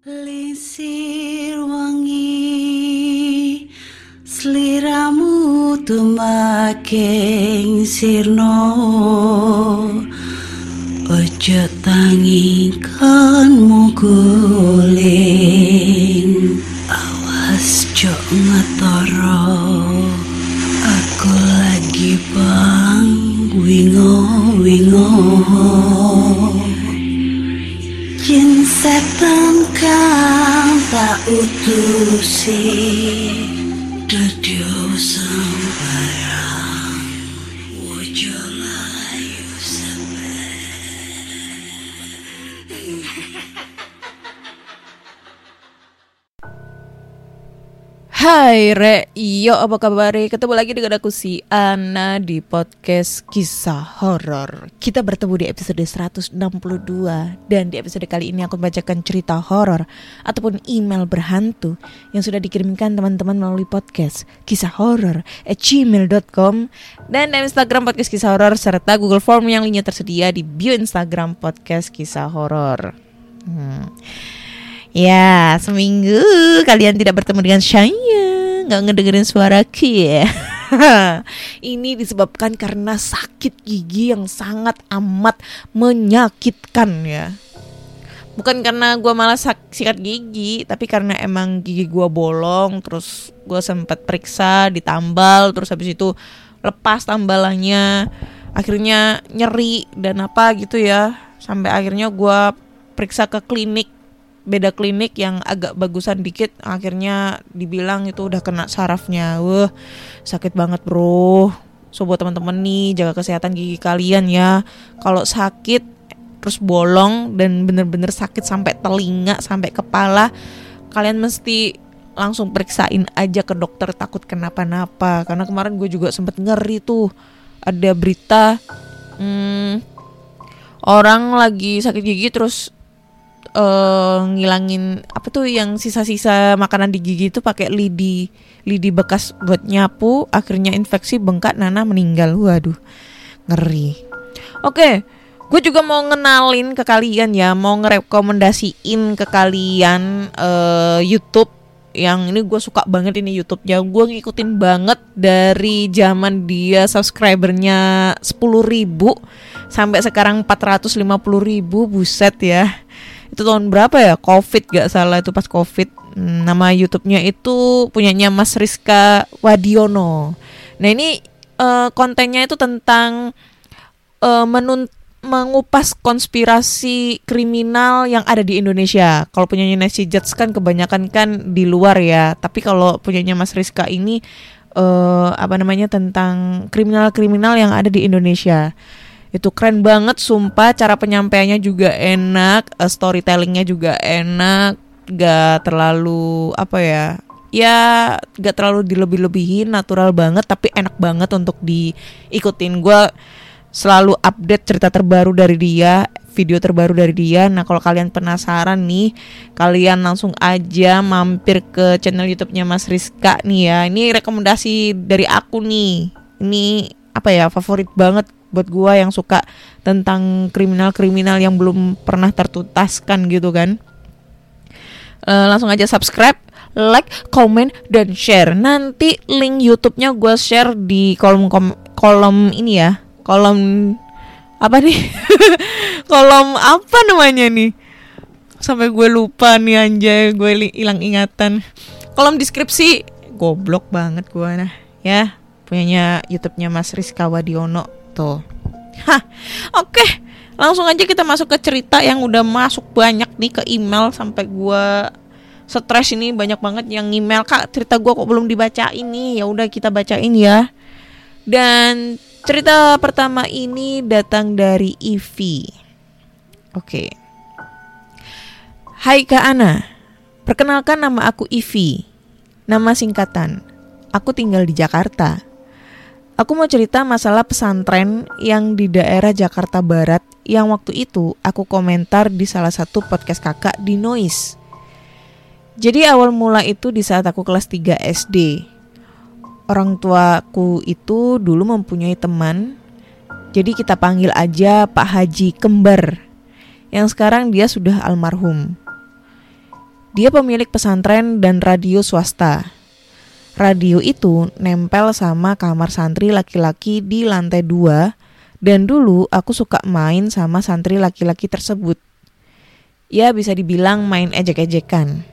Lisir wangi sliramu tumaking sirno, ojo tangi kanmu guling, awas jok ngetoro, aku lagi bang wingo jin setan kang tak utusi dadya sembarang wojo layu sampeyan. Hai Re, iyo apa kabar? Ketemu lagi dengan aku si Ana di podcast kisah horor. Kita bertemu di episode 162. Dan di episode kali ini aku membacakan cerita horor ataupun email berhantu yang sudah dikirimkan teman-teman melalui podcast kisah horor@gmail.com dan di Instagram podcast kisah horor serta Google Form yang linknya tersedia di bio Instagram podcast kisah horor. Ya, seminggu kalian tidak bertemu dengan saya, gak ngedengerin suaraku ya. Ini disebabkan karena sakit gigi yang sangat amat menyakitkan ya. Bukan karena gue malas sikat gigi, tapi karena emang gigi gue bolong. Terus gue sempat periksa, ditambal, terus habis itu lepas tambalannya. Akhirnya nyeri dan apa gitu ya. Sampai akhirnya gue periksa ke klinik, beda klinik yang agak bagusan dikit. Akhirnya dibilang itu udah kena sarafnya. Wah, sakit banget bro. So buat teman-teman nih, jaga kesehatan gigi kalian ya. Kalau sakit terus bolong dan bener-bener sakit sampai telinga, sampai kepala, kalian mesti langsung periksain aja ke dokter, takut kenapa-napa. Karena kemarin gue juga sempet ngeri tuh, ada berita orang lagi sakit gigi terus ngilangin apa tuh yang sisa-sisa makanan di gigi itu pakai lidi bekas buat nyapu, akhirnya infeksi, bengkak, nanah, meninggal. Waduh, ngeri. Oke, gue juga mau ngenalin ke kalian ya, mau ngerekomendasiin ke kalian YouTube yang ini gue suka banget ini YouTube-nya. Gue ngikutin banget dari zaman dia subscribernya 10.000 sampai sekarang 450.000, buset ya. Itu tahun berapa ya? Covid gak salah, itu pas Covid. Nama YouTube-nya itu punyanya Mas Rizka Wadiono. Nah ini kontennya itu tentang mengupas konspirasi kriminal yang ada di Indonesia. Kalau punyanya Nancy Judge kan kebanyakan kan di luar ya. Tapi kalau punyanya Mas Rizka ini tentang kriminal-kriminal yang ada di Indonesia. Itu keren banget, sumpah. Cara penyampaiannya juga enak, storytellingnya juga enak, gak terlalu gak terlalu dilebih-lebihin, natural banget, tapi enak banget untuk diikutin. Gue selalu update cerita terbaru dari dia, video terbaru dari dia. Nah kalau kalian penasaran nih, kalian langsung aja mampir ke channel YouTube-nya Mas Rizka nih ya. Ini rekomendasi dari aku nih. Ini favorit banget buat gue yang suka tentang kriminal-kriminal yang belum pernah tertuntaskan gitu kan. Langsung aja subscribe, like, comment, dan share. Nanti link YouTube-nya gue share di kolom ini ya. Kolom apa nih? Kolom apa namanya nih? Sampai gue lupa nih anjay, gue hilang ingatan. Kolom deskripsi. Goblok banget gue nah ya. Punyanya YouTube-nya Mas Rizka Wadiono tuh. Oke. Langsung aja kita masuk ke cerita yang udah masuk banyak nih ke email. Sampai gue stres ini, banyak banget yang email, Kak cerita gue kok belum dibacain nih. Ya udah kita bacain ya. Dan cerita pertama ini datang dari Ivi. Oke. Hai Kak Ana, perkenalkan nama aku Ivi. Nama singkatan. Aku tinggal di Jakarta. Aku mau cerita masalah pesantren yang di daerah Jakarta Barat yang waktu itu aku komentar di salah satu podcast kakak di Noise. Jadi awal mula itu di saat aku kelas 3 SD. Orang tuaku itu dulu mempunyai teman, jadi kita panggil aja Pak Haji Kembar, yang sekarang dia sudah almarhum. Dia pemilik pesantren dan radio swasta. Radio itu nempel sama kamar santri laki-laki di lantai 2, dan dulu aku suka main sama santri laki-laki tersebut. Ya bisa dibilang main ejek-ejekan.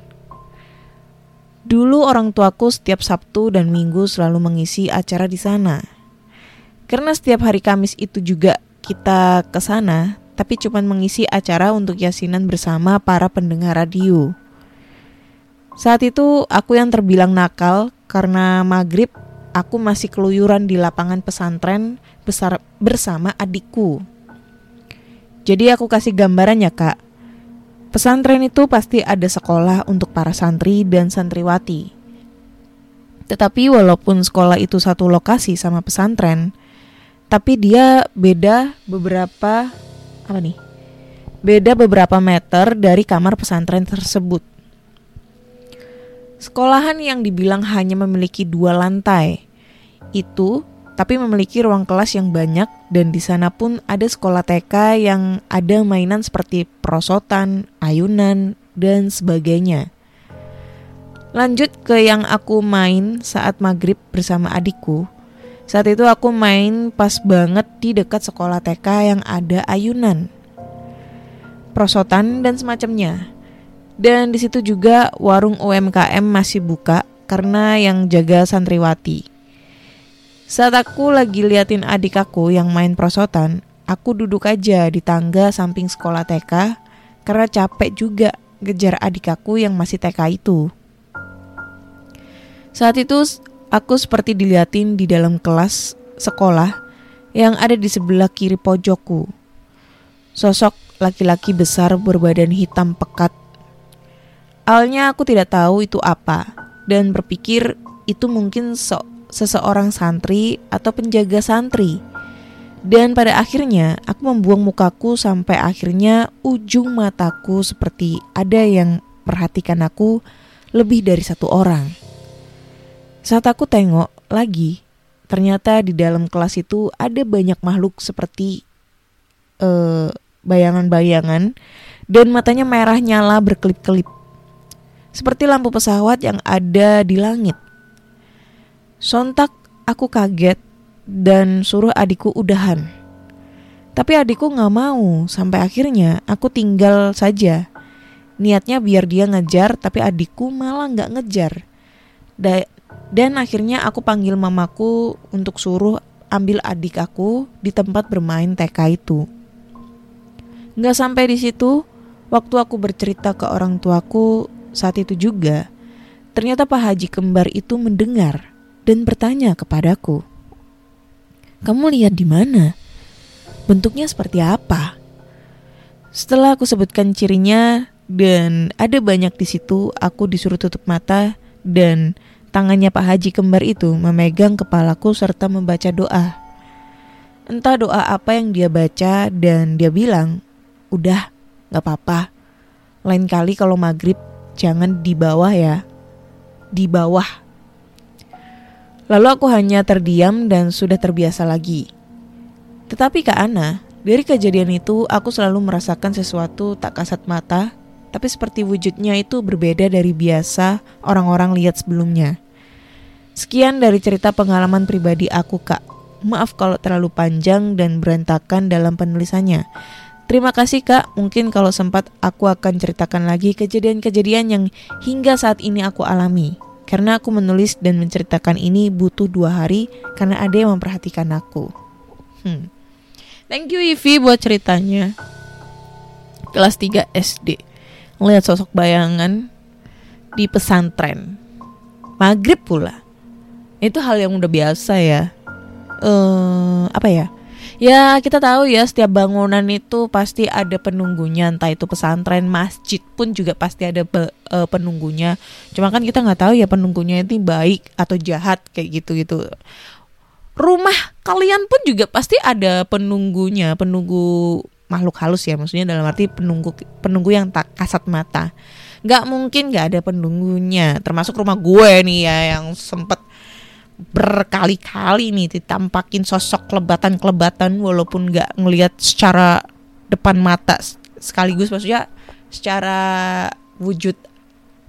Dulu orang tuaku setiap Sabtu dan Minggu selalu mengisi acara di sana. Karena setiap hari Kamis itu juga kita ke sana, tapi cuma mengisi acara untuk yasinan bersama para pendengar radio. Saat itu aku yang terbilang nakal karena maghrib aku masih keluyuran di lapangan pesantren bersama adikku. Jadi aku kasih gambarannya, Kak. Pesantren itu pasti ada sekolah untuk para santri dan santriwati. Tetapi walaupun sekolah itu satu lokasi sama pesantren, tapi dia beda beberapa meter dari kamar pesantren tersebut. Sekolahan yang dibilang hanya memiliki 2 lantai itu, tapi memiliki ruang kelas yang banyak, dan di sana pun ada sekolah TK yang ada mainan seperti perosotan, ayunan, dan sebagainya. Lanjut ke yang aku main saat maghrib bersama adikku. Saat itu aku main pas banget di dekat sekolah TK yang ada ayunan, perosotan, dan semacamnya. Dan di situ juga warung UMKM masih buka karena yang jaga santriwati. Saat aku lagi liatin adik aku yang main perosotan, aku duduk aja di tangga samping sekolah TK karena capek juga ngejar adik aku yang masih TK itu. Saat itu aku seperti diliatin di dalam kelas sekolah yang ada di sebelah kiri pojokku. Sosok laki-laki besar berbadan hitam pekat. Awalnya aku tidak tahu itu apa dan berpikir itu mungkin seseorang santri atau penjaga santri. Dan pada akhirnya aku membuang mukaku sampai akhirnya ujung mataku seperti ada yang perhatikan aku lebih dari 1 orang. Saat aku tengok lagi, ternyata di dalam kelas itu ada banyak makhluk seperti bayangan-bayangan, dan matanya merah nyala berkelip-kelip seperti lampu pesawat yang ada di langit. Sontak aku kaget dan suruh adikku udahan. Tapi adikku gak mau, sampai akhirnya aku tinggal saja. Niatnya biar dia ngejar, tapi adikku malah gak ngejar. Dan akhirnya aku panggil mamaku untuk suruh ambil adik aku di tempat bermain TK itu. Gak sampai di situ, waktu aku bercerita ke orang tuaku saat itu juga, ternyata Pak Haji kembar itu mendengar dan bertanya kepadaku, "Kamu lihat di mana? Bentuknya seperti apa?" Setelah aku sebutkan cirinya dan ada banyak di situ, aku disuruh tutup mata dan tangannya Pak Haji kembar itu memegang kepalaku serta membaca doa. Entah doa apa yang dia baca, dan dia bilang, "Udah, gak apa-apa. Lain kali kalau maghrib jangan di bawah ya. Di bawah." Lalu aku hanya terdiam dan sudah terbiasa lagi. Tetapi Kak Ana, dari kejadian itu aku selalu merasakan sesuatu tak kasat mata, tapi seperti wujudnya itu berbeda dari biasa orang-orang lihat sebelumnya. Sekian dari cerita pengalaman pribadi aku, Kak. Maaf kalau terlalu panjang dan berantakan dalam penulisannya. Terima kasih, Kak. Mungkin kalau sempat aku akan ceritakan lagi kejadian-kejadian yang hingga saat ini aku alami. Karena aku menulis dan menceritakan ini butuh 2 hari karena ada yang memperhatikan aku. Thank you Ivi buat ceritanya. Kelas 3 SD. Melihat sosok bayangan di pesantren. Maghrib pula. Itu hal yang udah biasa ya. Ya kita tahu ya, setiap bangunan itu pasti ada penunggunya. Entah itu pesantren, masjid pun juga pasti ada penunggunya. Cuma kan kita gak tahu ya penunggunya itu baik atau jahat kayak gitu-gitu. Rumah kalian pun juga pasti ada penunggunya. Penunggu makhluk halus ya, maksudnya dalam arti penunggu yang tak kasat mata. Gak mungkin gak ada penunggunya. Termasuk rumah gue nih ya, yang sempet berkali-kali nih ditampakin sosok kelebatan-kelebatan walaupun gak ngelihat secara depan mata sekaligus, maksudnya secara wujud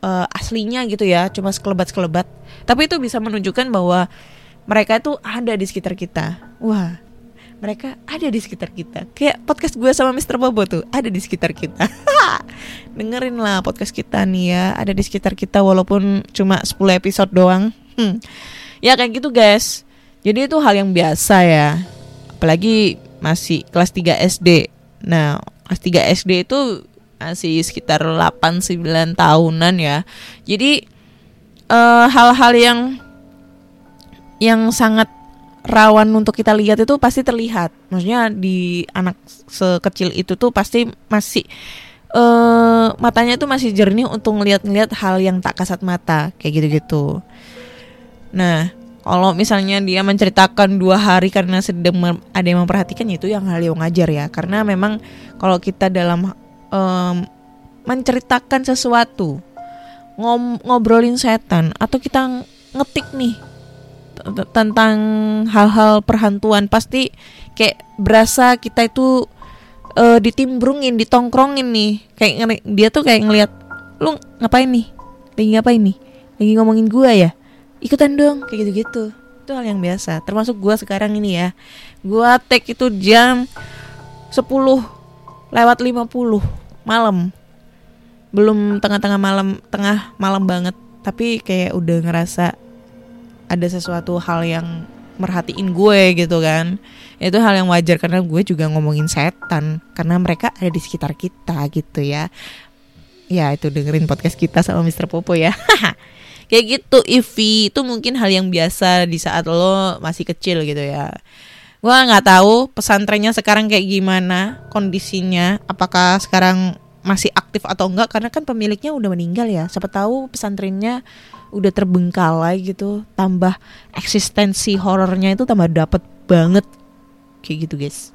aslinya gitu ya, cuma sekelebat-sekelebat. Tapi itu bisa menunjukkan bahwa mereka tuh ada di sekitar kita. Wah, mereka ada di sekitar kita. Kayak podcast gue sama Mr. Bobo tuh ada di sekitar kita. Dengerin lah podcast kita nih ya, ada di sekitar kita walaupun cuma 10 episode doang. Ya kayak gitu guys. Jadi itu hal yang biasa ya. Apalagi masih kelas 3 SD. Nah, kelas 3 SD itu masih sekitar 8-9 tahunan ya. Jadi hal-hal yang sangat rawan untuk kita lihat itu pasti terlihat. Maksudnya di anak sekecil itu tuh pasti masih matanya tuh masih jernih untuk ngelihat hal yang tak kasat mata kayak gitu-gitu. Nah, kalau misalnya dia menceritakan 2 hari karena sedang ada yang memperhatikan, itu yang hal yang wajar ya. Karena memang kalau kita dalam menceritakan sesuatu, ngobrolin setan, atau kita ngetik nih tentang hal-hal perhantuan, pasti kayak berasa kita itu ditimbrungin, ditongkrongin nih. Kayak dia tuh kayak ngelihat, lu ngapain nih? Lagi ngapain nih? Lagi ngomongin gua ya? Ikutan dong, kayak gitu-gitu. Itu hal yang biasa. Termasuk gua sekarang ini ya. Gua take itu jam 10:50 malam. Belum tengah malam banget, tapi kayak udah ngerasa ada sesuatu hal yang merhatiin gue gitu kan. Itu hal yang wajar karena gue juga ngomongin setan, karena mereka ada di sekitar kita gitu ya. Ya itu dengerin podcast kita sama Mr. Popo ya. Kayak gitu Ivi, itu mungkin hal yang biasa di saat lo masih kecil gitu ya. Gue gak tahu pesantrennya sekarang kayak gimana kondisinya, apakah sekarang masih aktif atau enggak, karena kan pemiliknya udah meninggal ya. Siapa tahu pesantrennya udah terbengkalai gitu, tambah eksistensi horornya itu tambah dapet banget. Kayak gitu guys.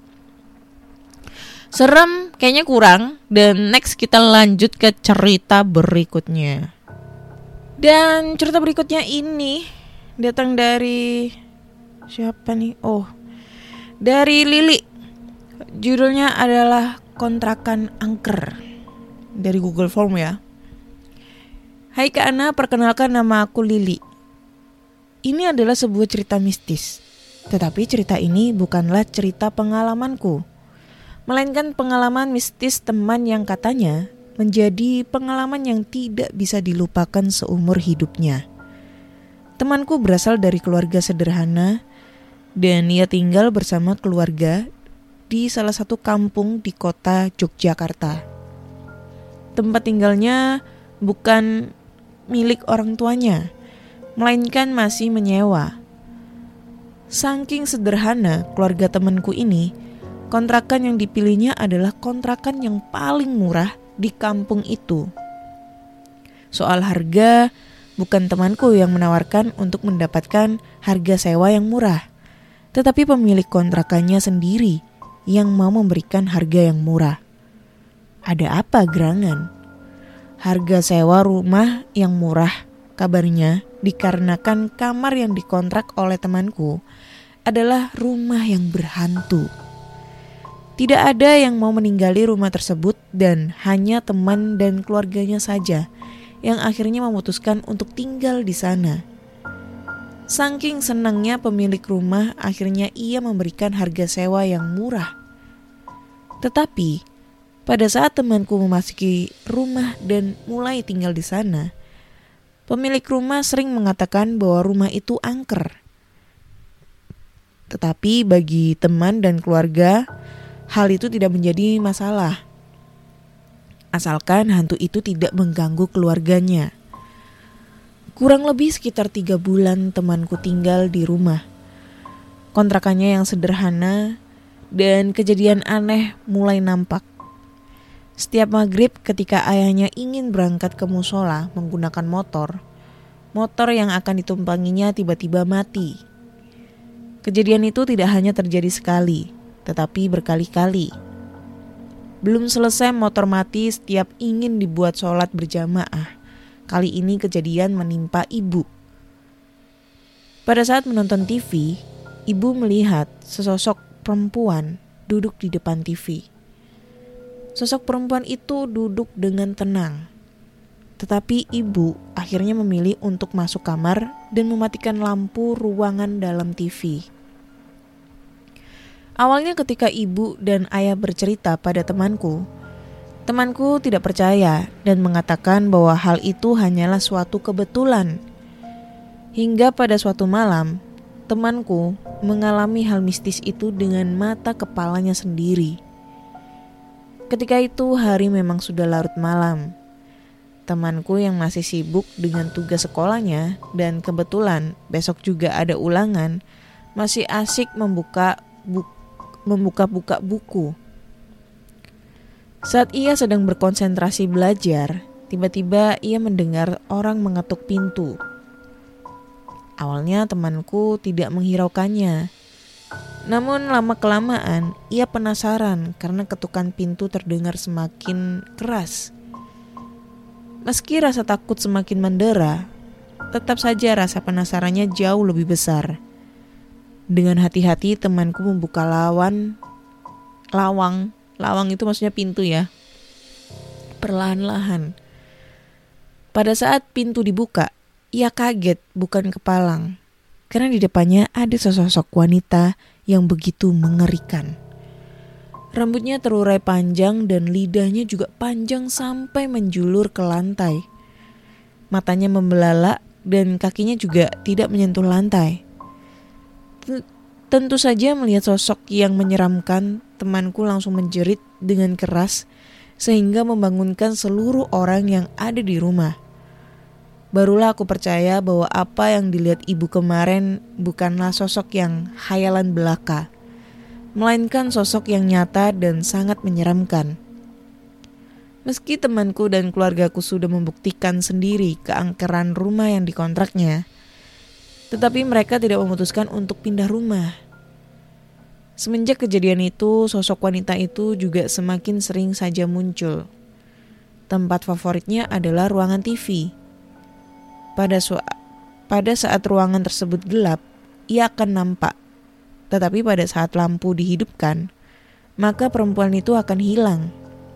Serem kayaknya kurang. Dan next kita lanjut ke cerita berikutnya. Dan cerita berikutnya ini datang dari siapa nih? Oh, dari Lili. Judulnya adalah Kontrakan Angker. Dari Google Form ya. Hai Kak Ana, perkenalkan nama aku Lili. Ini adalah sebuah cerita mistis. Tetapi cerita ini bukanlah cerita pengalamanku, melainkan pengalaman mistis teman yang katanya menjadi pengalaman yang tidak bisa dilupakan seumur hidupnya. Temanku berasal dari keluarga sederhana dan ia tinggal bersama keluarga di salah satu kampung di kota Yogyakarta. Tempat tinggalnya bukan milik orang tuanya, melainkan masih menyewa. Saking sederhana keluarga temanku ini, kontrakan yang dipilihnya adalah kontrakan yang paling murah di kampung itu. Soal harga, bukan temanku yang menawarkan untuk mendapatkan harga sewa yang murah, tetapi pemilik kontrakannya sendiri yang mau memberikan harga yang murah. Ada apa gerangan? Harga sewa rumah yang murah kabarnya dikarenakan kamar yang dikontrak oleh temanku adalah rumah yang berhantu. Tidak ada yang mau meninggali rumah tersebut dan hanya teman dan keluarganya saja yang akhirnya memutuskan untuk tinggal di sana. Saking senangnya pemilik rumah, akhirnya ia memberikan harga sewa yang murah. Tetapi pada saat temanku memasuki rumah dan mulai tinggal di sana, pemilik rumah sering mengatakan bahwa rumah itu angker. Tetapi bagi teman dan keluarga, hal itu tidak menjadi masalah, asalkan hantu itu tidak mengganggu keluarganya. Kurang lebih sekitar 3 bulan temanku tinggal di rumah. Kontrakannya yang sederhana dan kejadian aneh mulai nampak. Setiap maghrib ketika ayahnya ingin berangkat ke musola menggunakan motor yang akan ditumpanginya tiba-tiba mati. Kejadian itu tidak hanya terjadi sekali, tetapi berkali-kali. Belum selesai motor mati setiap ingin dibuat sholat berjamaah. Kali ini kejadian menimpa ibu. Pada saat menonton TV, ibu melihat sesosok perempuan duduk di depan TV. Sosok perempuan itu duduk dengan tenang. Tetapi ibu akhirnya memilih untuk masuk kamar dan mematikan lampu ruangan dalam TV. Awalnya ketika ibu dan ayah bercerita pada temanku tidak percaya dan mengatakan bahwa hal itu hanyalah suatu kebetulan. Hingga pada suatu malam, temanku mengalami hal mistis itu dengan mata kepalanya sendiri. Ketika itu hari memang sudah larut malam. Temanku yang masih sibuk dengan tugas sekolahnya dan kebetulan besok juga ada ulangan, masih asik membuka-buka buku. Saat ia sedang berkonsentrasi belajar, tiba-tiba ia mendengar orang mengetuk pintu. Awalnya temanku tidak menghiraukannya. Namun lama-kelamaan ia penasaran karena ketukan pintu terdengar semakin keras. Meski rasa takut semakin mendera, tetap saja rasa penasarannya jauh lebih besar. Dengan hati-hati temanku membuka lawang itu maksudnya pintu ya. Perlahan-lahan. Pada saat pintu dibuka, ia kaget bukan kepalang. Karena di depannya ada sesosok wanita yang begitu mengerikan. Rambutnya terurai panjang dan lidahnya juga panjang sampai menjulur ke lantai. Matanya membelalak dan kakinya juga tidak menyentuh lantai. Tentu saja melihat sosok yang menyeramkan, temanku langsung menjerit dengan keras sehingga membangunkan seluruh orang yang ada di rumah. Barulah aku percaya bahwa apa yang dilihat ibu kemarin bukanlah sosok yang khayalan belaka, melainkan sosok yang nyata dan sangat menyeramkan. Meski temanku dan keluargaku sudah membuktikan sendiri keangkeran rumah yang dikontraknya, tetapi mereka tidak memutuskan untuk pindah rumah. Semenjak kejadian itu, sosok wanita itu juga semakin sering saja muncul. Tempat favoritnya adalah ruangan TV. Pada saat ruangan tersebut gelap, ia akan nampak. Tetapi pada saat lampu dihidupkan, maka perempuan itu akan hilang.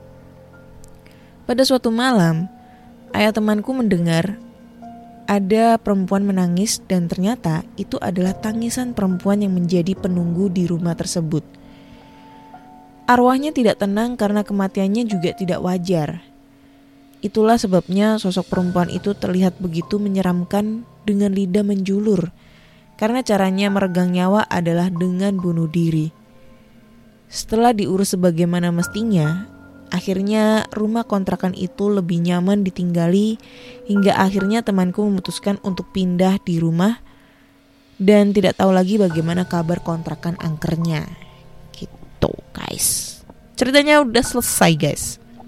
Pada suatu malam, ayah temanku mendengar ada perempuan menangis dan ternyata itu adalah tangisan perempuan yang menjadi penunggu di rumah tersebut. Arwahnya tidak tenang karena kematiannya juga tidak wajar. Itulah sebabnya sosok perempuan itu terlihat begitu menyeramkan dengan lidah menjulur, karena caranya meregang nyawa adalah dengan bunuh diri. Setelah diurus sebagaimana mestinya, akhirnya rumah kontrakan itu lebih nyaman ditinggali hingga akhirnya temanku memutuskan untuk pindah di rumah dan tidak tahu lagi bagaimana kabar kontrakan angkernya. Gitu guys. Ceritanya udah selesai guys.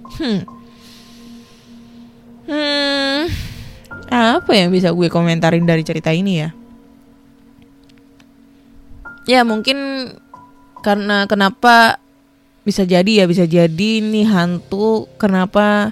Apa yang bisa gue komentarin dari cerita ini ya? Ya mungkin karena kenapa bisa jadi nih hantu kenapa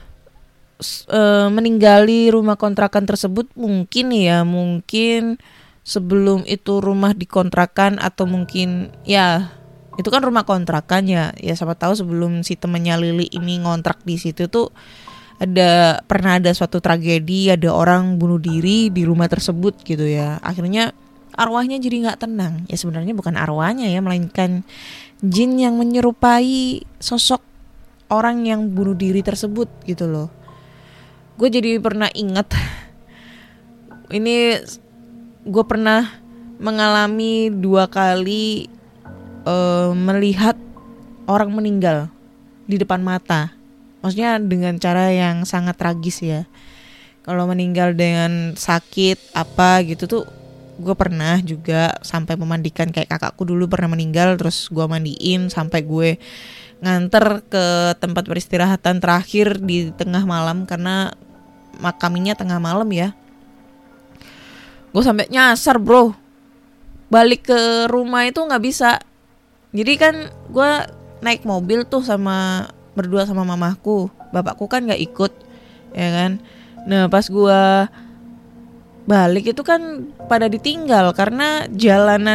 meninggali rumah kontrakan tersebut mungkin sebelum itu rumah dikontrakan atau mungkin ya itu kan rumah kontrakan ya siapa tahu sebelum si temennya Lili ini ngontrak di situ tuh pernah ada suatu tragedi, ada orang bunuh diri di rumah tersebut gitu ya. Akhirnya arwahnya jadi nggak tenang. Ya sebenarnya bukan arwahnya ya, melainkan jin yang menyerupai sosok orang yang bunuh diri tersebut gitu loh. Gue jadi pernah ingat ini gue pernah mengalami 2 kali melihat orang meninggal di depan mata. Maksudnya dengan cara yang sangat tragis ya. Kalau meninggal dengan sakit apa gitu tuh gue pernah juga sampai memandikan, kayak kakakku dulu pernah meninggal terus gue mandiin sampai gue nganter ke tempat peristirahatan terakhir di tengah malam karena makaminya tengah malam ya. Gue sampai nyasar bro, balik ke rumah itu nggak bisa. Jadi kan gue naik mobil tuh berdua sama mamaku, bapakku kan nggak ikut ya kan. Nah pas gue balik itu kan pada ditinggal karena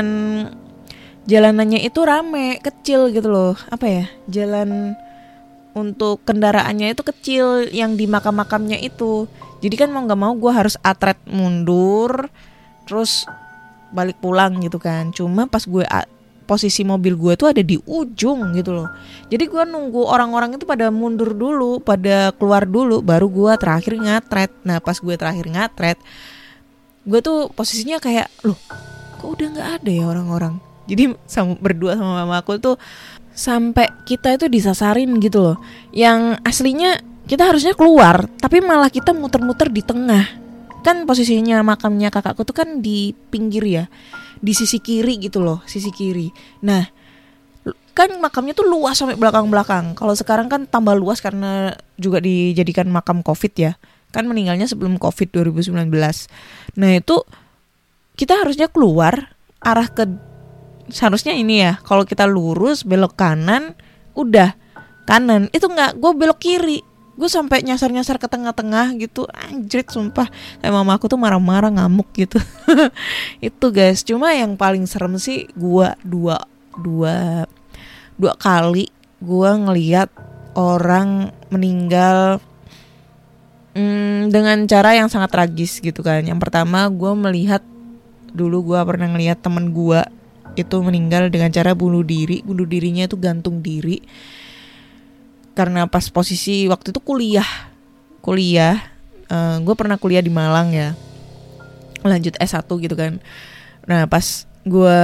jalanannya itu rame, kecil gitu loh. Apa ya? Jalan untuk kendaraannya itu kecil yang di makam-makamnya itu. Jadi kan mau nggak mau gue harus atret mundur terus balik pulang gitu kan. Cuma pas gue posisi mobil gue tuh ada di ujung gitu loh. Jadi gue nunggu orang-orang itu pada mundur dulu, pada keluar dulu, baru gue terakhir ngatret. Nah pas gue terakhir ngatret, gue tuh posisinya kayak, loh kok udah nggak ada ya orang-orang. Jadi berdua sama mama aku tuh sampai kita itu disasarin gitu loh. Yang aslinya kita harusnya keluar, tapi malah kita muter-muter di tengah. Kan posisinya makamnya kakakku tuh kan di pinggir ya, di sisi kiri gitu loh, sisi kiri. Nah kan makamnya tuh luas sampai belakang-belakang. Kalau sekarang kan tambah luas karena juga dijadikan makam COVID ya. Kan meninggalnya sebelum COVID 2019. Nah itu kita harusnya keluar arah ke, seharusnya ini ya, kalau kita lurus belok kanan udah kanan. Itu enggak, gue belok kiri. Gue sampai nyasar-nyasar ke tengah-tengah gitu. Anjrit sumpah. Kayak mama aku tuh marah-marah ngamuk gitu. Itu guys. Cuma yang paling serem sih gue dua kali gue ngelihat orang meninggal dengan cara yang sangat tragis gitu kan. Yang pertama gue melihat, dulu gue pernah ngelihat temen gue itu meninggal dengan cara bunuh diri. Bunuh dirinya itu gantung diri. Karena pas posisi waktu itu kuliah, gue pernah kuliah di Malang ya, lanjut S1 gitu kan. Nah pas gue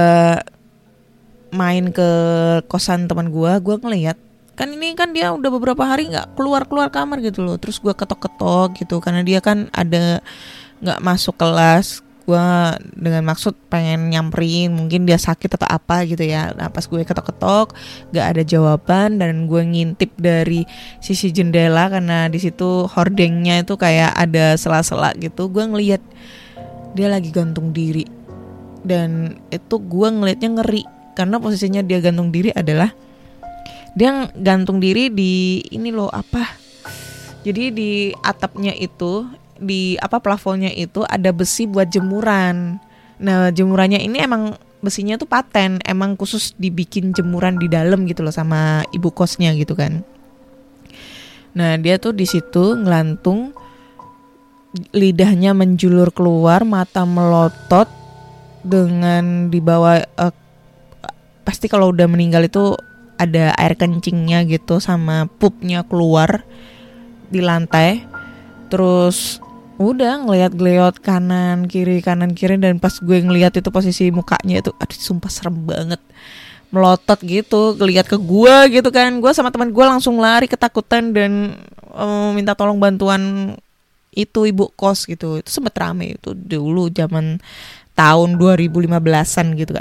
main ke kosan teman gue ngelihat, kan ini kan dia udah beberapa hari nggak keluar kamar gitu loh. Terus gue ketok-ketok gitu, karena dia kan ada nggak masuk kelas. Gue dengan maksud pengen nyamperin, mungkin dia sakit atau apa gitu ya. Nah pas gue ketok-ketok gak ada jawaban, dan gue ngintip dari sisi jendela karena di situ hordengnya itu kayak ada sela-sela gitu. Gue ngelihat dia lagi gantung diri, dan itu gue ngelihatnya ngeri karena posisinya dia gantung diri adalah dia gantung diri di ini loh apa? Jadi di atapnya itu, di plafonnya itu ada besi buat jemuran. Nah jemurannya ini emang besinya tuh paten, emang khusus dibikin jemuran di dalam gitu loh sama ibu kosnya gitu kan. Nah dia tuh di situ ngelantung, lidahnya menjulur keluar, mata melotot, dengan di bawah pasti kalau udah meninggal itu ada air kencingnya gitu sama pupnya keluar di lantai. Terus udah ngeliat kanan kiri, dan pas gue ngeliat itu posisi mukanya itu, aduh sumpah serem banget, melotot gitu, ngeliat ke gue gitu kan. Gue sama teman gue langsung lari ketakutan dan minta tolong bantuan itu ibu kos gitu. Itu sempet rame itu dulu zaman tahun 2015-an gitu kan.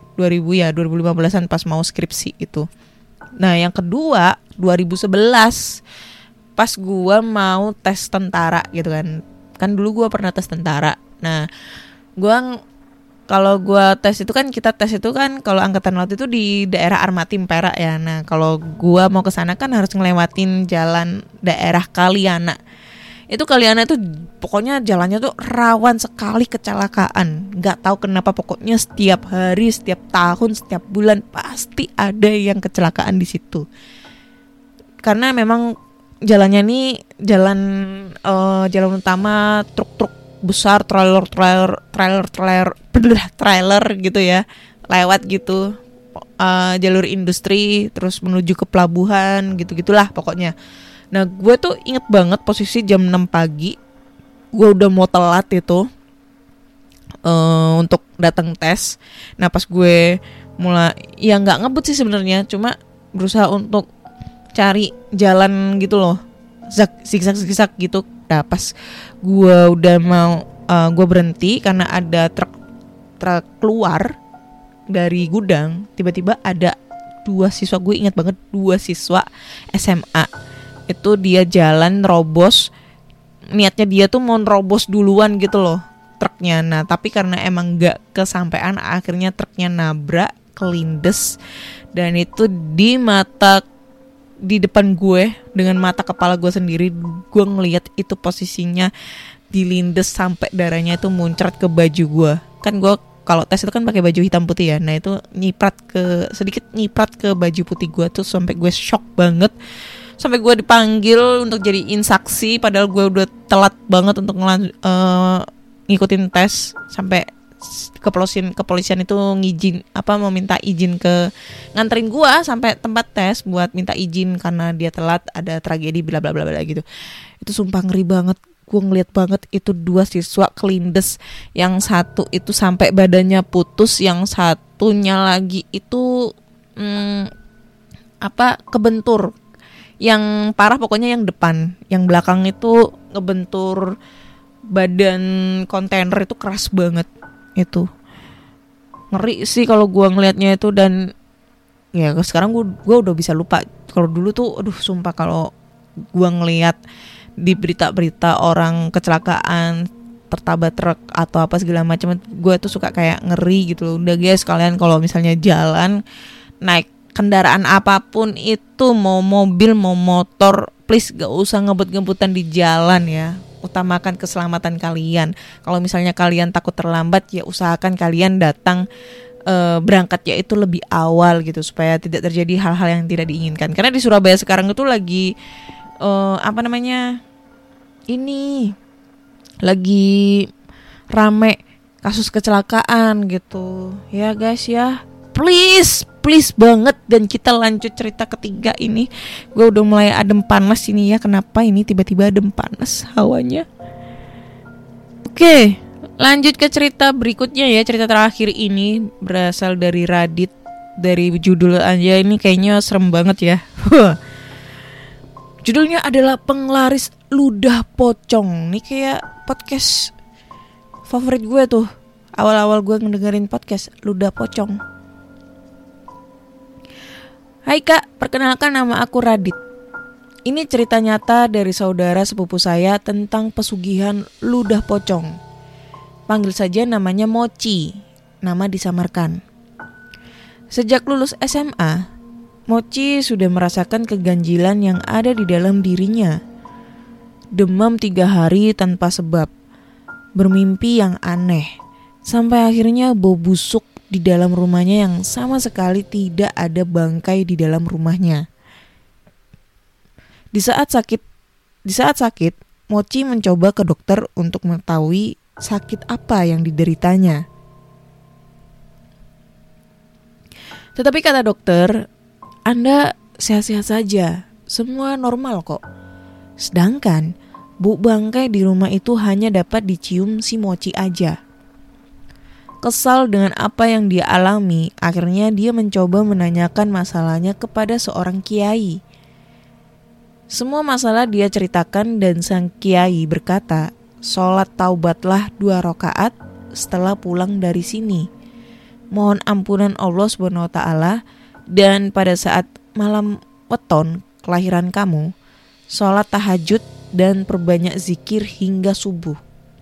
2015-an pas mau skripsi gitu. Nah yang kedua 2011 pas gue mau tes tentara gitu kan. Kan dulu gue pernah tes tentara. Nah, kalau gue tes itu kan, kita tes itu kan kalau angkatan laut itu di daerah Armatim Perak ya. Nah, kalau gue mau ke sana kan harus ngelewatin jalan daerah Kaliana. Itu Kaliana itu pokoknya jalannya tuh rawan sekali kecelakaan. Nggak tahu kenapa, pokoknya setiap hari, setiap tahun, setiap bulan pasti ada yang kecelakaan di situ. Karena memang jalannya nih jalan utama, truk-truk besar, trailer gitu ya, lewat gitu, jalur industri terus menuju ke pelabuhan gitu-gitulah pokoknya. Nah gue tuh inget banget posisi jam 6 pagi, gue udah mau telat itu untuk datang tes. Nah pas gue mulai, ya nggak ngebut sih sebenarnya, cuma berusaha untuk cari jalan gitu loh, zigzag gitu. Nah pas gue udah mau gue berhenti karena ada truk keluar dari gudang, tiba-tiba ada 2 siswa, gue ingat banget 2 siswa SMA itu dia jalan robos, niatnya dia tuh mau nerobos duluan gitu loh truknya. Nah tapi karena emang gak kesampean, akhirnya truknya nabrak, kelindes, dan itu di depan gue, dengan mata kepala gue sendiri, gue ngelihat itu posisinya dilindes sampai darahnya itu muncrat ke baju gue. Kan gue kalau tes itu kan pakai baju hitam putih ya. Nah itu sedikit nyiprat ke baju putih gue tuh sampai gue shock banget. sampai gue dipanggil untuk jadiin saksi, padahal gue udah telat banget untuk ngikutin tes. Sampai kepolisian itu mau minta izin ke nganterin gue sampai tempat tes buat minta izin karena dia telat, ada tragedi bla bla bla bla gitu. Itu sumpah ngeri banget. Gue ngeliat banget itu 2 siswa kelindes, yang satu itu sampai badannya putus, yang satunya lagi itu kebentur. Yang parah pokoknya yang depan, yang belakang itu ngebentur badan kontainer, itu keras banget. Itu ngeri sih kalau gue ngelihatnya itu. Dan ya sekarang gue udah bisa lupa. Kalau dulu tuh aduh sumpah, kalau gue ngelihat di berita-berita orang kecelakaan tertabrak truk atau apa segala macam, gue tuh suka kayak ngeri gitu loh. Udah guys, kalian kalau misalnya jalan naik kendaraan apapun itu, mau mobil mau motor, please gak usah ngebut-ngebutan di jalan ya. Utamakan keselamatan kalian. Kalau misalnya kalian takut terlambat, ya usahakan kalian datang berangkatnya itu lebih awal gitu, supaya tidak terjadi hal-hal yang tidak diinginkan. Karena di Surabaya sekarang itu lagi lagi rame kasus kecelakaan gitu ya guys ya. Please banget. Dan kita lanjut cerita ketiga ini. Gue udah mulai adem panas ini ya. Kenapa ini tiba-tiba adem panas hawanya? Oke, lanjut ke cerita berikutnya ya. Cerita terakhir ini berasal dari Reddit. Dari judul aja ini kayaknya serem banget ya. Judulnya adalah Penglaris Ludah Pocong. Ini kayak podcast favorit gue tuh. Awal-awal gue ngedengerin podcast Ludah Pocong. Hai Kak, perkenalkan nama aku Radit. Ini cerita nyata dari saudara sepupu saya tentang pesugihan ludah pocong. Panggil saja namanya Mochi, nama disamarkan. Sejak lulus SMA, Mochi sudah merasakan keganjilan yang ada di dalam dirinya. Demam 3 hari tanpa sebab, bermimpi yang aneh, sampai akhirnya bau busuk di dalam rumahnya yang sama sekali tidak ada bangkai di dalam rumahnya. Di saat sakit, Mochi mencoba ke dokter untuk mengetahui sakit apa yang dideritanya. Tetapi kata dokter, Anda sehat-sehat saja, semua normal kok. Sedangkan bau bangkai di rumah itu hanya dapat dicium si Mochi aja. Kesal dengan apa yang dia alami, akhirnya dia mencoba menanyakan masalahnya kepada seorang kiai. Semua masalah dia ceritakan dan sang kiai berkata, sholat taubatlah 2 rakaat setelah pulang dari sini. Mohon ampunan Allah SWT, dan pada saat malam weton kelahiran kamu, sholat tahajud dan perbanyak zikir hingga subuh.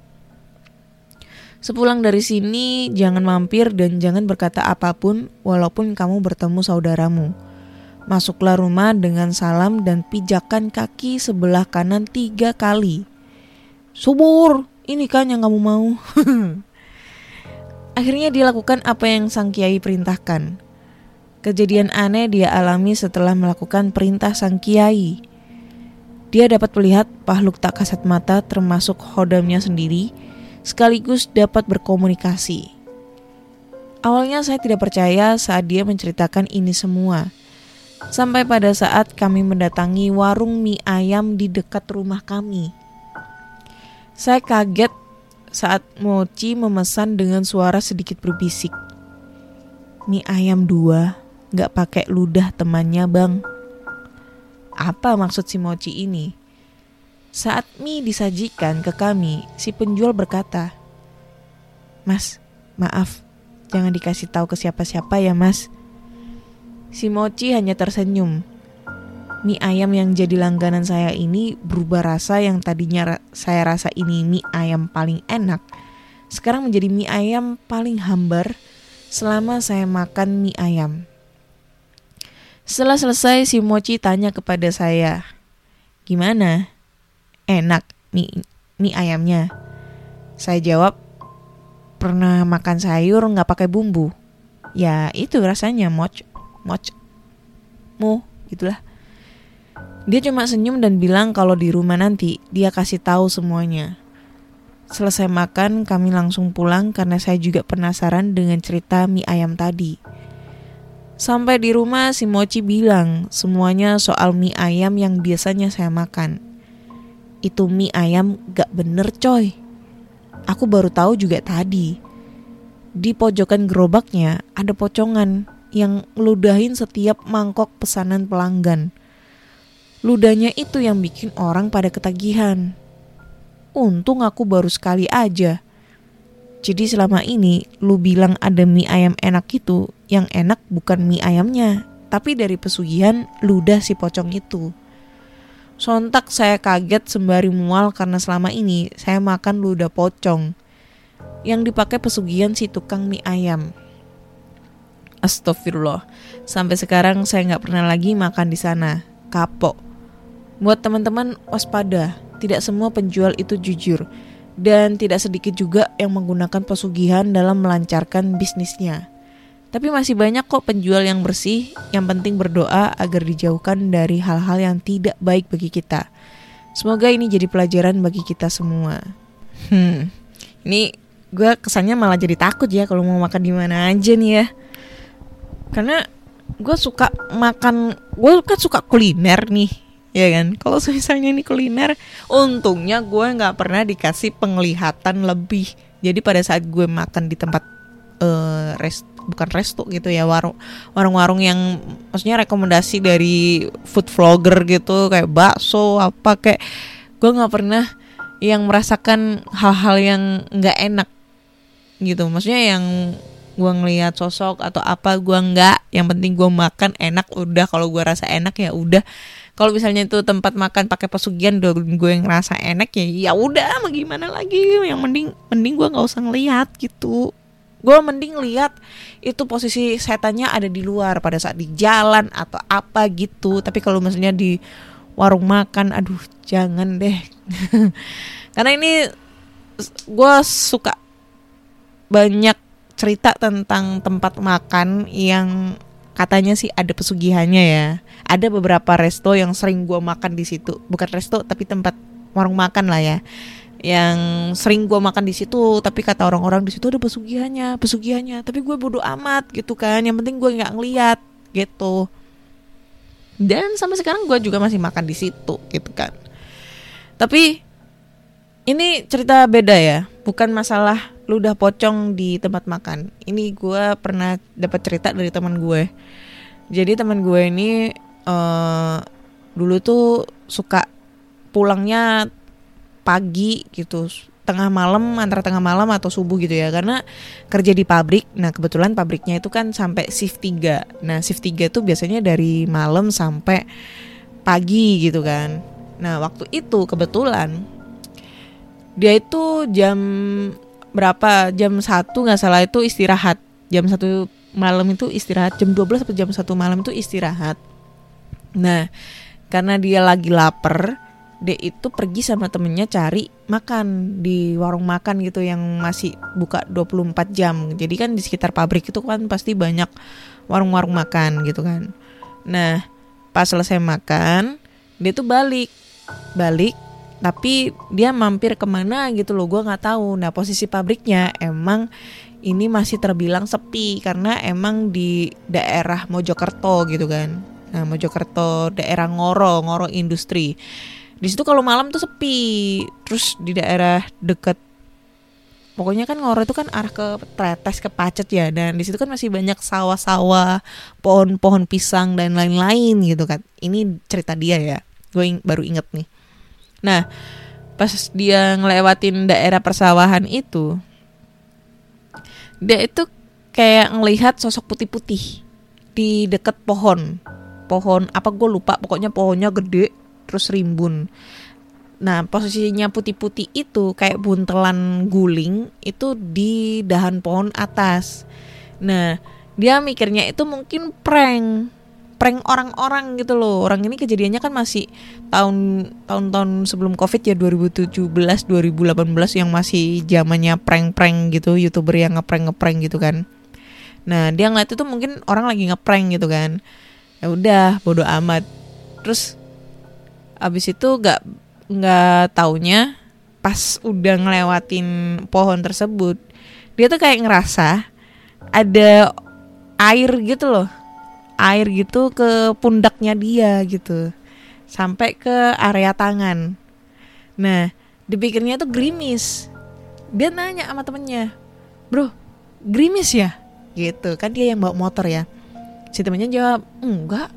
Sepulang dari sini, jangan mampir dan jangan berkata apapun walaupun kamu bertemu saudaramu. Masuklah rumah dengan salam dan pijakan kaki sebelah kanan 3 kali. Subur, ini kan yang kamu mau. Akhirnya dia lakukan apa yang sang kiai perintahkan. Kejadian aneh dia alami setelah melakukan perintah sang kiai. Dia dapat melihat makhluk tak kasat mata termasuk khodamnya sendiri, sekaligus dapat berkomunikasi. Awalnya saya tidak percaya saat dia menceritakan ini semua. Sampai pada saat kami mendatangi warung mie ayam di dekat rumah kami. Saya kaget saat Mochi memesan dengan suara sedikit berbisik. Mie ayam 2, gak pakai ludah temannya bang. Apa maksud si Mochi ini? Saat mie disajikan ke kami, si penjual berkata, Mas, maaf, jangan dikasih tahu ke siapa-siapa ya mas. Si Mochi hanya tersenyum. Mie ayam yang jadi langganan saya ini berubah rasa. Yang tadinya saya rasa ini mie ayam paling enak, sekarang menjadi mie ayam paling hambar selama saya makan mie ayam. Setelah selesai, si Mochi tanya kepada saya, gimana? Enak mie ayamnya? Saya jawab, pernah makan sayur gak pakai bumbu? Ya itu rasanya moch, gitulah. Dia cuma senyum dan bilang kalau di rumah nanti dia kasih tahu semuanya. Selesai makan, kami langsung pulang karena saya juga penasaran dengan cerita mie ayam tadi. Sampai di rumah si Mochi bilang semuanya soal mie ayam yang biasanya saya makan. Itu mie ayam gak bener coy. Aku baru tahu juga tadi. Di pojokan gerobaknya ada pocongan yang ludahin setiap mangkok pesanan pelanggan. Ludahnya itu yang bikin orang pada ketagihan. Untung aku baru sekali aja. Jadi selama ini lu bilang ada mie ayam enak itu, yang enak bukan mie ayamnya, tapi dari pesugihan ludah si pocong itu. Sontak saya kaget sembari mual karena selama ini saya makan ludah pocong yang dipakai pesugihan si tukang mie ayam. Astagfirullah, sampai sekarang saya gak pernah lagi makan di sana. Kapok. Buat teman-teman waspada, tidak semua penjual itu jujur. Dan tidak sedikit juga yang menggunakan pesugihan dalam melancarkan bisnisnya. Tapi masih banyak kok penjual yang bersih, yang penting berdoa agar dijauhkan dari hal-hal yang tidak baik bagi kita. Semoga ini jadi pelajaran bagi kita semua. Ini gue kesannya malah jadi takut ya kalau mau makan di mana aja nih ya. Karena gue suka makan, gue kan suka kuliner nih. Ya kan, kalau misalnya ini kuliner, untungnya gue nggak pernah dikasih penglihatan lebih. Jadi pada saat gue makan di tempat bukan resto gitu ya, warung-warung yang maksudnya rekomendasi dari food vlogger gitu, kayak bakso apa kayak, gue nggak pernah yang merasakan hal-hal yang nggak enak gitu. Maksudnya yang gue ngelihat sosok atau apa, gue nggak. Yang penting gue makan enak udah. Kalau gue rasa enak ya udah. Kalau misalnya itu tempat makan pakai pesugihan gue yang ngerasa enak ya udah, mau gimana lagi. Yang mending gue nggak usah ngelihat gitu. Gue mending lihat itu posisi setannya ada di luar pada saat di jalan atau apa gitu. Tapi kalau misalnya di warung makan, aduh jangan deh. Karena ini gue suka banyak cerita tentang tempat makan yang katanya sih ada pesugihannya ya. Ada beberapa resto yang sering gue makan di situ, bukan resto tapi tempat warung makan lah ya, yang sering gue makan di situ. Tapi kata orang-orang di situ ada pesugihannya. Tapi gue bodo amat gitu kan. Yang penting gue nggak ngeliat gitu. Dan sampai sekarang gue juga masih makan di situ gitu kan. Tapi ini cerita beda ya, bukan masalah ludah pocong di tempat makan. Ini gue pernah dapat cerita dari teman gue. Jadi teman gue ini dulu tuh suka pulangnya pagi gitu, antara tengah malam atau subuh gitu ya, karena kerja di pabrik. Nah kebetulan pabriknya itu kan sampai shift 3. Nah shift 3 tuh biasanya dari malam sampai pagi gitu kan. Nah waktu itu kebetulan dia itu jam berapa, jam 1 gak salah itu istirahat. Jam 1 malam itu istirahat, jam 12 atau jam 1 malam itu istirahat. Nah karena dia lagi lapar, dia itu pergi sama temennya cari makan di warung makan gitu yang masih buka 24 jam. Jadi kan di sekitar pabrik itu kan pasti banyak warung-warung makan gitu kan. Nah pas selesai makan, dia tuh balik tapi dia mampir kemana gitu loh, gue nggak tahu. Nah posisi pabriknya emang ini masih terbilang sepi karena emang di daerah Mojokerto gitu kan. Nah Mojokerto daerah Ngoro industri. Di situ kalau malam tuh sepi. Terus di daerah dekat, pokoknya kan Ngoro itu kan arah ke Tretes, ke Pacet ya. Dan di situ kan masih banyak sawah-sawah, pohon-pohon pisang dan lain-lain gitu kan. Ini cerita dia ya, gue baru inget nih. Nah pas dia ngelewatin daerah persawahan itu, dia itu kayak ngelihat sosok putih-putih di dekat pohon apa gue lupa, pokoknya pohonnya gede terus rimbun. Nah posisinya putih-putih itu kayak buntelan guling itu di dahan pohon atas. Nah dia mikirnya itu mungkin prank orang-orang gitu loh. Orang ini kejadiannya kan masih tahun-tahun sebelum Covid ya, 2017, 2018 yang masih zamannya prank-prank gitu, YouTuber yang ngeprank gitu kan. Nah, dia ngeliat itu mungkin orang lagi ngeprank gitu kan. Ya udah, bodo amat. Terus Abis itu nggak taunya pas udah ngelewatin pohon tersebut, dia tuh kayak ngerasa ada air gitu loh, air gitu ke pundaknya dia gitu, sampai ke area tangan. Nah, dipikirnya tuh gerimis. Dia nanya sama temennya, bro, gerimis ya? Gitu, kan dia yang bawa motor ya. Si temennya jawab, enggak,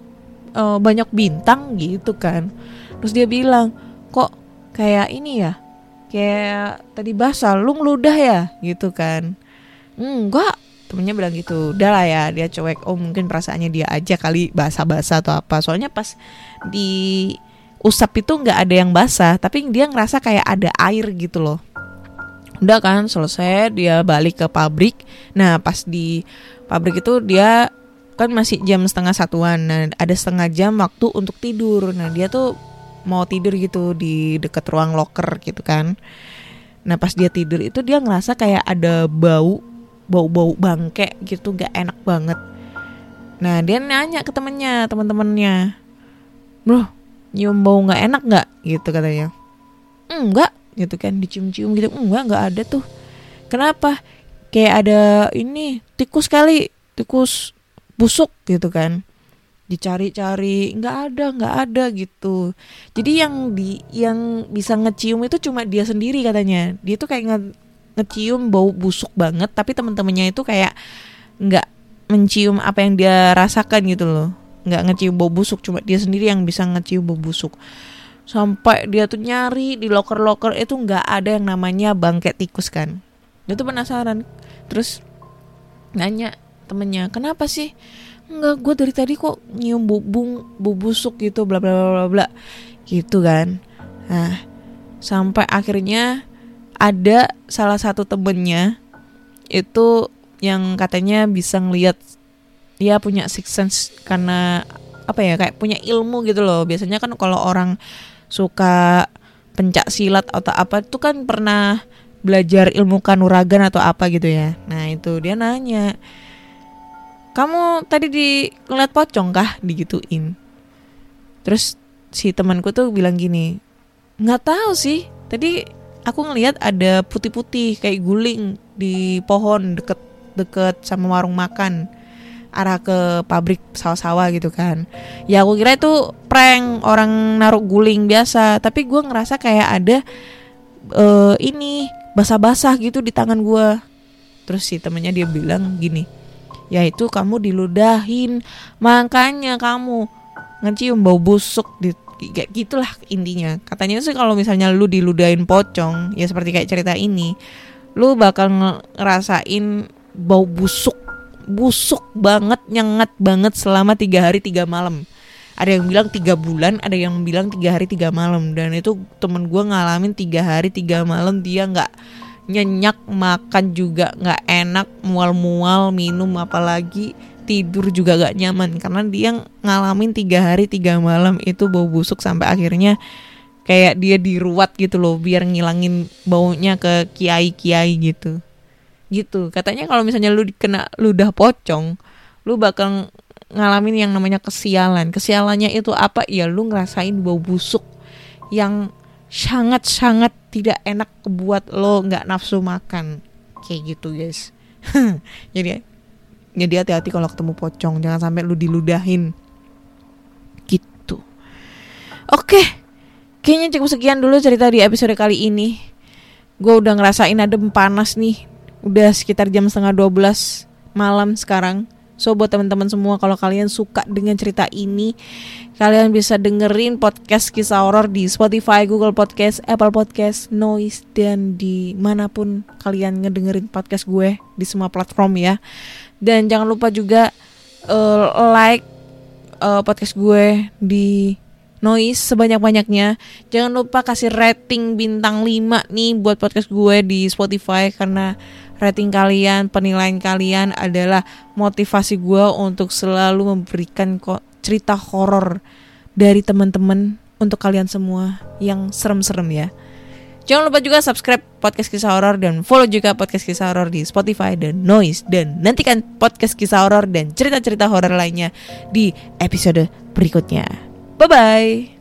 banyak bintang gitu kan. Terus dia bilang, kok kayak ini ya, kayak tadi basah, lu ngeludah ya? Gitu kan. Enggak, temennya bilang gitu. Udah lah ya, dia cuek. Oh mungkin perasaannya dia aja kali basah-basah atau apa. Soalnya pas di usap itu nggak ada yang basah, tapi dia ngerasa kayak ada air gitu loh. Udah kan selesai, dia balik ke pabrik. Nah pas di pabrik itu dia kan masih jam 12:30. Nah ada setengah jam waktu untuk tidur. Nah dia tuh mau tidur gitu di dekat ruang locker gitu kan. Nah pas dia tidur itu dia ngerasa kayak ada bau bangke gitu, gak enak banget. Nah dia nanya ke teman-temannya, bro, nyium bau gak enak gak? Gitu katanya. Enggak gitu kan, dicium-cium gitu. Enggak ada tuh. Kenapa? Kayak ada ini, tikus kali, tikus busuk gitu kan. Dicari-cari, nggak ada gitu. Jadi yang bisa ngecium itu cuma dia sendiri katanya. Dia tuh kayak ngecium bau busuk banget, tapi teman-temannya itu kayak nggak mencium apa yang dia rasakan gitu loh. Nggak ngecium bau busuk, cuma dia sendiri yang bisa ngecium bau busuk. Sampai dia tuh nyari di loker-loker itu nggak ada yang namanya bangkai tikus kan. Dia tuh penasaran. Terus nanya temennya, kenapa sih? Enggak, gue dari tadi kok nyium bau busuk gitu, bla bla bla bla gitu kan. Nah, sampai akhirnya ada salah satu temennya itu yang katanya bisa ngelihat, dia punya sixth sense karena apa ya, kayak punya ilmu gitu loh. Biasanya kan kalau orang suka pencak silat atau apa itu kan pernah belajar ilmu kanuragan atau apa gitu ya. Nah itu dia nanya, kamu tadi ngeliat pocong kah? Digituin. Terus si temanku tuh bilang gini, nggak tahu sih, tadi aku ngeliat ada putih-putih kayak guling di pohon deket sama warung makan, arah ke pabrik sawah-sawah gitu kan. Ya aku kira itu prank, orang naruh guling biasa. Tapi gue ngerasa kayak ada ini basah-basah gitu di tangan gue. Terus si temennya dia bilang gini, ya itu kamu diludahin, makanya kamu ngecium bau busuk kayak gitulah intinya. Katanya sih kalau misalnya lu diludahin pocong, ya seperti kayak cerita ini, lu bakal ngerasain bau busuk banget, nyengat banget selama 3 hari 3 malam. Ada yang bilang 3 bulan, ada yang bilang 3 hari 3 malam. Dan itu temen gue ngalamin 3 hari 3 malam, dia gak nyenyak, makan juga gak enak, mual-mual, minum apalagi, tidur juga gak nyaman. Karena dia ngalamin 3 hari 3 malam itu bau busuk sampai akhirnya kayak dia diruat gitu loh, biar ngilangin baunya ke kiai-kiai gitu. Gitu, katanya kalau misalnya lu kena ludah pocong, lu bakal ngalamin yang namanya kesialan. Kesialannya itu apa? Ya lu ngerasain bau busuk yang sangat-sangat tidak enak, buat lo nggak nafsu makan kayak gitu guys. jadi hati-hati kalau ketemu pocong, jangan sampai lu diludahin gitu. Oke, kayaknya cukup sekian dulu cerita di episode kali ini. Gue udah ngerasain adem panas nih, udah sekitar jam 11:30 malam sekarang. So buat teman-teman semua, kalau kalian suka dengan cerita ini, kalian bisa dengerin podcast Kisah Horor di Spotify, Google Podcast, Apple Podcast, Noise, dan di manapun kalian ngedengerin podcast gue, di semua platform ya. Dan jangan lupa juga like podcast gue di Noise sebanyak-banyaknya. Jangan lupa kasih rating bintang 5 nih buat podcast gue di Spotify, karena rating kalian, penilaian kalian adalah motivasi gue untuk selalu memberikan cerita horor dari teman-teman untuk kalian semua yang serem-serem ya. Jangan lupa juga subscribe podcast Kisah Horor dan follow juga podcast Kisah Horor di Spotify dan Noise. Dan nantikan podcast Kisah Horor dan cerita-cerita horor lainnya di episode berikutnya. Bye-bye.